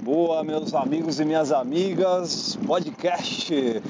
boa, meus amigos e minhas amigas. Podcast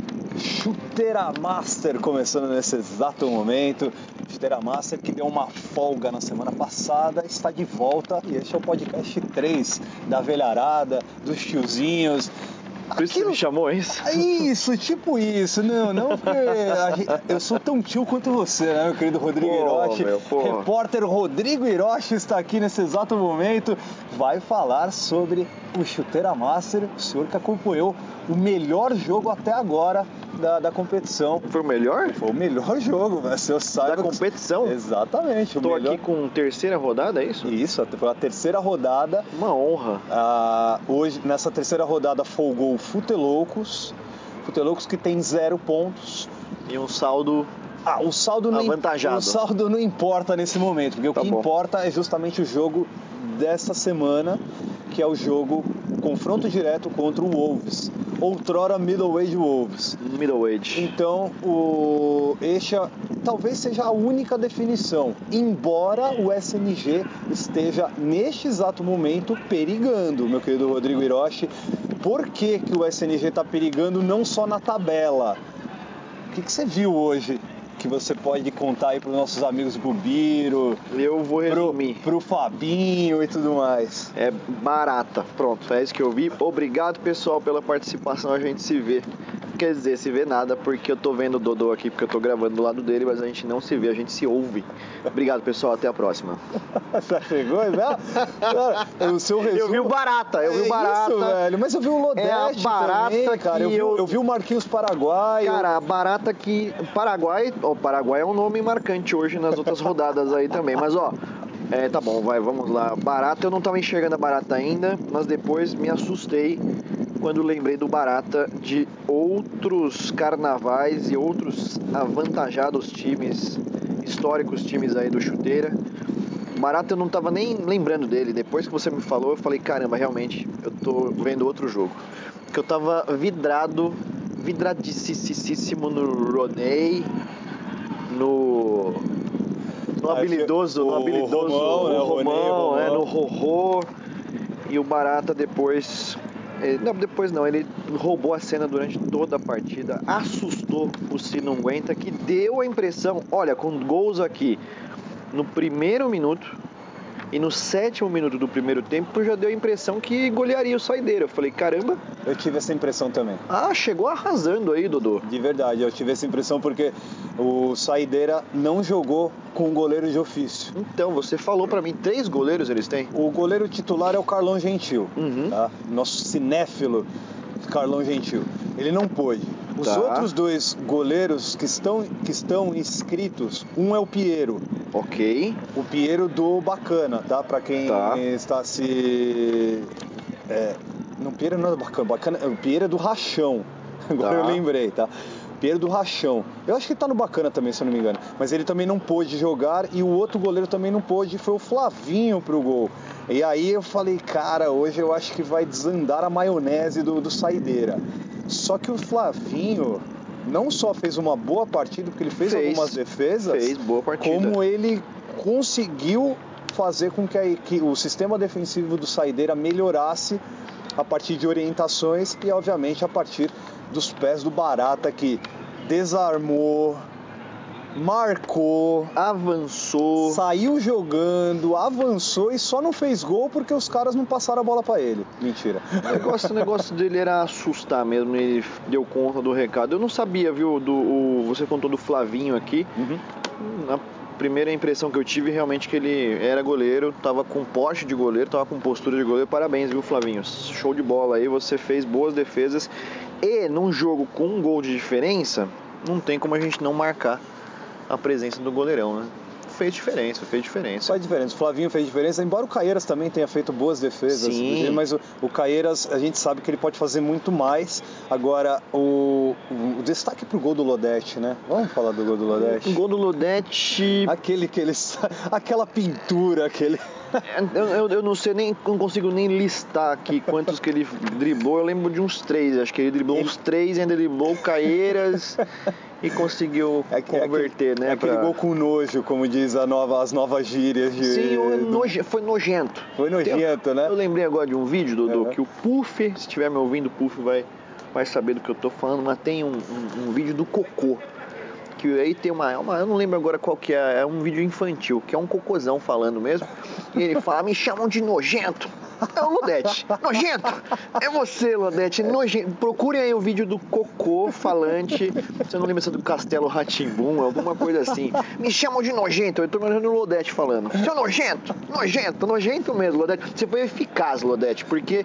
Chuteira Master começando nesse exato momento. Chuteira Master que deu uma folga na semana passada, está de volta e este é o podcast 3 da velharada, dos tiozinhos. Por isso que você me chamou, é isso? Isso, tipo isso. Não, porque eu sou tão tio quanto você, né, meu querido Rodrigo Hiroshi. Repórter Rodrigo Hiroshi está aqui nesse exato momento. Vai falar sobre o Chuteira Master, o senhor que acompanhou o melhor jogo até agora da competição. Foi o melhor? Foi o melhor jogo, velho. Se eu saiba da competição? Exatamente. Estou aqui com terceira rodada, é isso? Isso, foi a terceira rodada. Uma honra. Hoje, nessa terceira rodada, folgou o Futeloucos. Futeloucos que tem 0 pontos. E um saldo... o saldo não avantajado. O saldo não importa nesse momento, porque o que importa é justamente o jogo dessa semana, que é o confronto direto contra o Wolves. Outrora Middleweight Wolves. Middleweight. Então, este talvez seja a única definição, embora o SNG esteja neste exato momento perigando, meu querido Rodrigo Hiroshi. Por que o SNG está perigando não só na tabela? O que você viu hoje que você pode contar aí para os nossos amigos do Biro? Eu vou resumir. Pro Fabinho e tudo mais. É barata. Pronto, é isso que eu vi. Obrigado, pessoal, pela participação. A gente se vê. Quer dizer, se vê nada, porque eu tô vendo o Dodô aqui, porque eu tô gravando do lado dele, mas a gente não se vê, a gente se ouve. Obrigado, pessoal, até a próxima. Já chegou, né? O seu resumo... Eu vi o Barata, Isso, velho, mas eu vi o Lodete a Barata também, cara. Eu vi o Marquinhos Paraguai. Cara, a Barata que... Paraguai é um nome marcante hoje nas outras rodadas aí também, mas tá bom, vamos lá. Barata, eu não tava enxergando a Barata ainda, mas depois me assustei quando lembrei do Barata de outros carnavais e outros avantajados times, históricos times aí do Chuteira. Barata eu não tava nem lembrando dele. Depois que você me falou, eu falei, caramba, realmente, eu tô vendo outro jogo. Porque eu tava vidradíssimo no Roney, no habilidoso Romão, né? Romão, no Rorô. E o Barata depois ele roubou a cena durante toda a partida, assustou o Se Não Aguenta, que deu a impressão, olha, com gols aqui no primeiro minuto e no 7º minuto do primeiro tempo, já deu a impressão que golearia o Saideira. Eu falei, caramba. Eu tive essa impressão também. Chegou arrasando aí, Dodô. De verdade, eu tive essa impressão porque o Saideira não jogou com goleiro de ofício. Então, você falou pra mim, 3 goleiros eles têm? O goleiro titular é o Carlão Gentil, tá? Nosso cinéfilo Carlão Gentil. Ele não pôde. Os outros 2 goleiros que estão inscritos, um é o Piero. Ok. O Piero do Bacana, tá? Pra quem está se... Não, Piero não é do Bacana, o Piero é do Rachão. Agora eu lembrei, tá? Piero do Rachão. Eu acho que ele tá no Bacana também, se eu não me engano. Mas ele também não pôde jogar e o outro goleiro também não pôde. Foi o Flavinho pro gol. E aí eu falei, cara, hoje eu acho que vai desandar a maionese do Saideira. Só que o Flavinho não só fez uma boa partida, porque ele fez algumas defesas. Fez boa partida. Como ele conseguiu fazer com que o sistema defensivo do Saideira melhorasse a partir de orientações e, obviamente, a partir dos pés do Barata, que desarmou, marcou, avançou, saiu jogando, avançou e só não fez gol porque os caras não passaram a bola pra ele. Mentira. O negócio dele era assustar mesmo, ele deu conta do recado. Eu não sabia, viu, você contou do Flavinho aqui. Na primeira impressão que eu tive, realmente, que ele era goleiro, tava com porte de goleiro, tava com postura de goleiro. Parabéns, viu, Flavinho? Show de bola aí, você fez boas defesas. E num jogo com um gol de diferença, não tem como a gente não marcar a presença do goleirão, né? Fez diferença. O Flavinho fez diferença, embora o Caieiras também tenha feito boas defesas. Sim. Mas o Caieiras, a gente sabe que ele pode fazer muito mais. Agora, o destaque pro gol do Lodete, né? Vamos falar do gol do Lodete? O gol do Lodete... Aquela pintura, Eu não sei não consigo nem listar aqui quantos que ele driblou. Eu lembro de uns 3. Acho que ele driblou uns 3, ainda driblou Caeiras e conseguiu converter, né? Aquele gol com nojo, como diz as novas gírias. Sim, foi nojento. Foi nojento, né? Eu lembrei agora de um vídeo, Dodô, que o Puff, se estiver me ouvindo, o Puff vai saber do que eu tô falando, mas tem um vídeo do cocô. Que aí tem eu não lembro agora qual que é um vídeo infantil, que é um cocôzão falando mesmo. E ele fala, me chamam de nojento. É o Lodete, nojento. É você, Lodete, nojento. Procurem aí o vídeo do cocô falante. Você não lembra se é do Castelo Rá-Tim-Bum, alguma coisa assim. Me chamam de nojento. Eu tô imaginando o Lodete falando. Seu nojento, nojento mesmo, Lodete. Você foi eficaz, Lodete, porque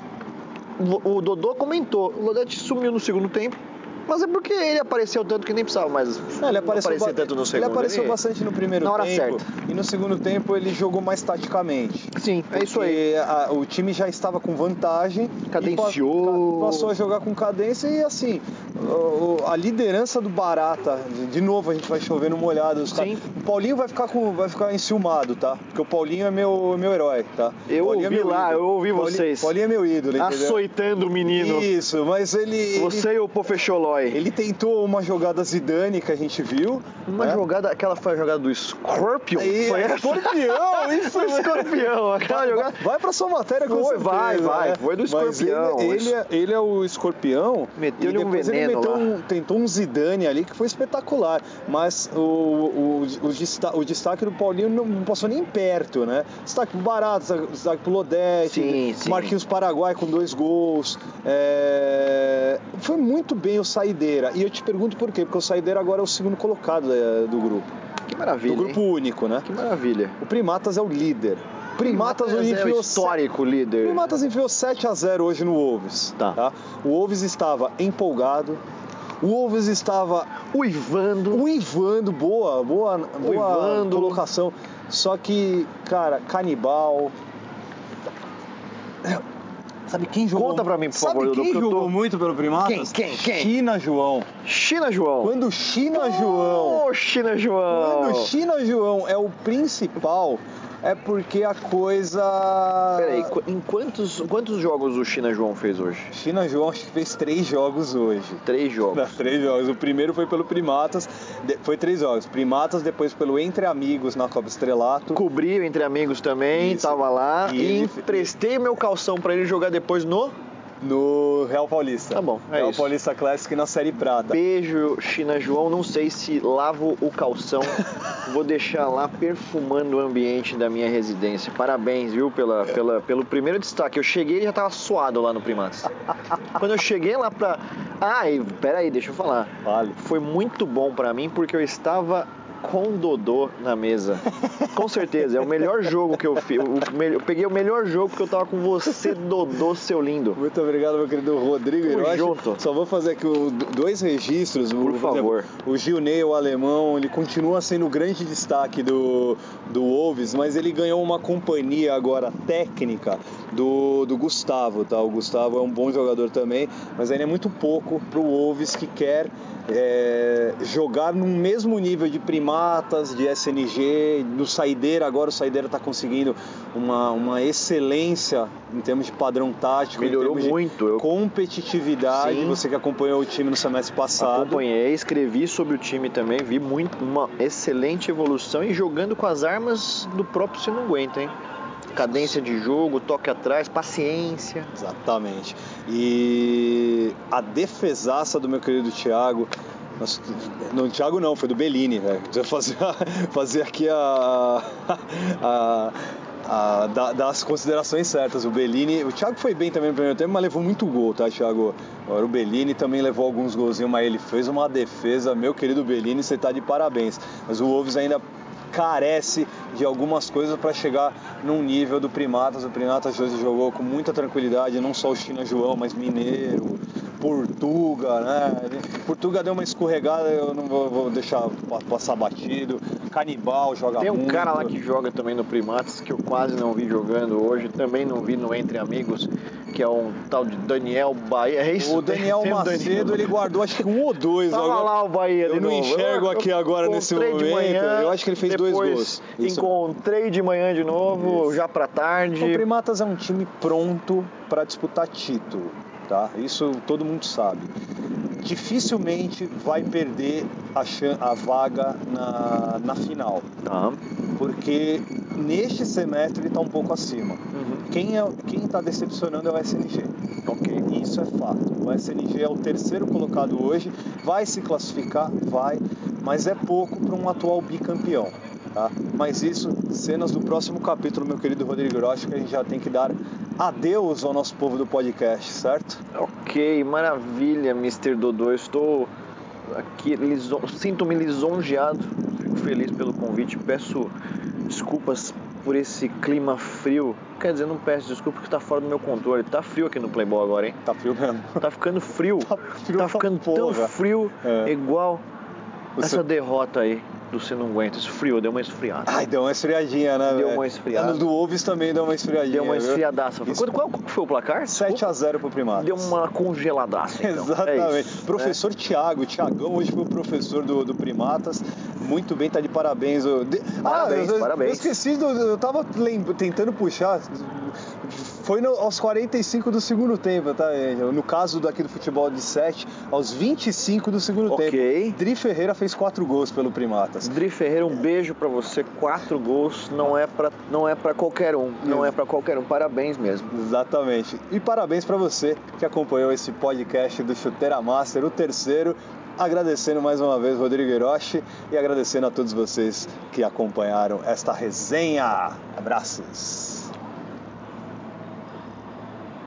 o Dodô comentou, o Lodete sumiu no segundo tempo. Mas é porque ele apareceu tanto que nem precisava mais aparecer tanto no segundo. Ele apareceu bastante no primeiro tempo. Na hora certa. E no segundo tempo ele jogou mais taticamente. Sim, é isso aí. O time já estava com vantagem. Cadenciou. E passou a jogar com cadência e assim, a liderança do Barata, de novo a gente vai chover no molhado. Sim. O Paulinho vai ficar enciumado, tá? Porque o Paulinho é meu herói, tá? Eu ouvi vocês. Paulinho é meu ídolo, entendeu? Açoitando o menino. Isso, mas ele... Você e o Pofecholói. Ele tentou uma jogada Zidane que a gente viu. Jogada, aquela foi a jogada do Scorpion? Foi Escorpião, isso foi Escorpião, aquela jogada. Vai pra sua matéria com certeza. Vai, foi do Escorpião. Ele é o Escorpião. Meteu-lhe um veneno lá. Tentou um Zidane ali que foi espetacular. Mas o destaque do Paulinho não passou nem perto, né? Destaque pro Barato, destaque pro Lodete, sim. Marquinhos Paraguai com 2 gols. Foi muito bem o Saideira. E eu te pergunto por quê? Porque o Saideira agora é o segundo colocado do grupo. Que maravilha. Do grupo único, né? Que maravilha. O Primatas é o líder. Primatas é o histórico líder. O Primatas enfiou 7-0 hoje no Wolves. Tá. O Wolves estava empolgado. O Wolves estava uivando. Boa colocação. Só que, cara, canibal. Sabe quem jogou? Conta pra mim, por favor. Sabe quem jogou muito pelo Primatas? Quem? China João. Quando China João é o principal, é porque a coisa... Peraí, em quantos jogos o China João fez hoje? China João acho que fez 3 jogos hoje. 3 jogos? Não, 3 jogos. O primeiro foi pelo Primatas, foi 3 jogos. Primatas, depois pelo Entre Amigos na Copa Estrelato. Cobri o Entre Amigos também, tava lá. E emprestei meu calção pra ele jogar depois no Real Paulista. Tá bom, Real Paulista Classic na Série Prata. Beijo, China João. Não sei se lavo o calção. Vou deixar lá perfumando o ambiente da minha residência. Parabéns, viu, pelo primeiro destaque. Eu cheguei e já tava suado lá no Primatas. Quando eu cheguei lá pra... peraí, deixa eu falar. Vale. Foi muito bom pra mim porque eu estava com o Dodô na mesa. Com certeza, é o melhor jogo que eu fiz. Eu peguei o melhor jogo porque eu tava com você, Dodô, seu lindo. Muito obrigado, meu querido Rodrigo Hiroshi. Só vou fazer aqui 2 registros. Por favor. O Gilney, o alemão, ele continua sendo o grande destaque do Wolves, mas ele ganhou uma companhia agora técnica do Gustavo, tá? O Gustavo é um bom jogador também, mas ainda é muito pouco pro Wolves que quer jogar no mesmo nível de Primatas, de SNG, do Saideira. Agora o Saideira está conseguindo uma excelência em termos de padrão tático, melhorou em termos muito. De competitividade. Sim. Você que acompanhou o time no semestre passado. Acompanhei, escrevi sobre o time também, vi uma excelente evolução e jogando com as armas do próprio Se Não Aguenta, hein? Cadência de jogo, toque atrás, paciência. Exatamente. E a defesaça do meu querido Thiago... Não, Thiago não, foi do Bellini, velho. Fazer aqui das considerações certas. O Bellini, o Thiago foi bem também no primeiro tempo, mas levou muito gol, tá, Thiago? Agora o Bellini também levou alguns golzinhos, mas ele fez uma defesa, meu querido Bellini, você tá de parabéns. Mas o Wolves ainda carece de algumas coisas para chegar num nível do Primatas. O Primatas hoje jogou com muita tranquilidade, não só o China João, mas Mineiro, Portuga, né? Portuga deu uma escorregada, eu não vou deixar passar batido. Canibal joga Tem muito. cara lá que joga também no Primatas, que eu quase não vi jogando hoje, também não vi no Entre Amigos, que é um tal de Daniel Bahia, é isso? O Daniel Macedo, ele guardou acho que 1 ou 2. Tava lá o Bahia de novo. Eu não enxergo aqui agora nesse momento. Eu acho que ele fez 2 gols. Encontrei de manhã de novo, já pra tarde. O Primatas é um time pronto para disputar título, tá? Isso todo mundo sabe. Dificilmente vai perder a vaga na final. Tá. Porque neste semestre ele está um pouco acima. Quem está decepcionando é o SNG. Ok. Isso é fato. O SNG é o 3º colocado hoje, vai se classificar, vai, mas é pouco para um atual bicampeão. Tá? Mas isso, cenas do próximo capítulo, meu querido Rodrigo Rocha, que a gente já tem que dar adeus ao nosso povo do podcast, certo? Ok, maravilha, Mr. Dodô. Eu estou aqui, sinto-me lisonjeado, fico feliz pelo convite, peço desculpas por esse clima frio. Quer dizer, não peço desculpa porque está fora do meu controle. Tá frio aqui no Playboy agora, hein? Tá frio mesmo. Tá ficando frio. Tá ficando tão frio, igual essa derrota aí do Você Não Aguenta. Esse frio, deu uma esfriada. Ai, deu uma esfriadinha, né? Deu uma esfriada. No do Wolves também deu uma esfriadinha. Deu uma esfriadaça. Qual foi o placar? 7-0 pro Primatas. Deu uma congeladaça, então. Exatamente. Isso, professor Tiagão hoje foi o professor do Primatas. Muito bem, tá de parabéns. Parabéns. Eu esqueci, eu tava tentando puxar. Foi aos 45 do segundo tempo, tá? No caso daqui do futebol de 7, aos 25 do segundo tempo. Dri Ferreira fez 4 gols pelo Primatas. Dri Ferreira, um beijo pra você. 4 gols não é pra qualquer um. Não é pra qualquer um. Parabéns mesmo. Exatamente. E parabéns pra você que acompanhou esse podcast do Chuteira Master, o 3º. Agradecendo mais uma vez Rodrigo Hiroshi e agradecendo a todos vocês que acompanharam esta resenha. Abraços!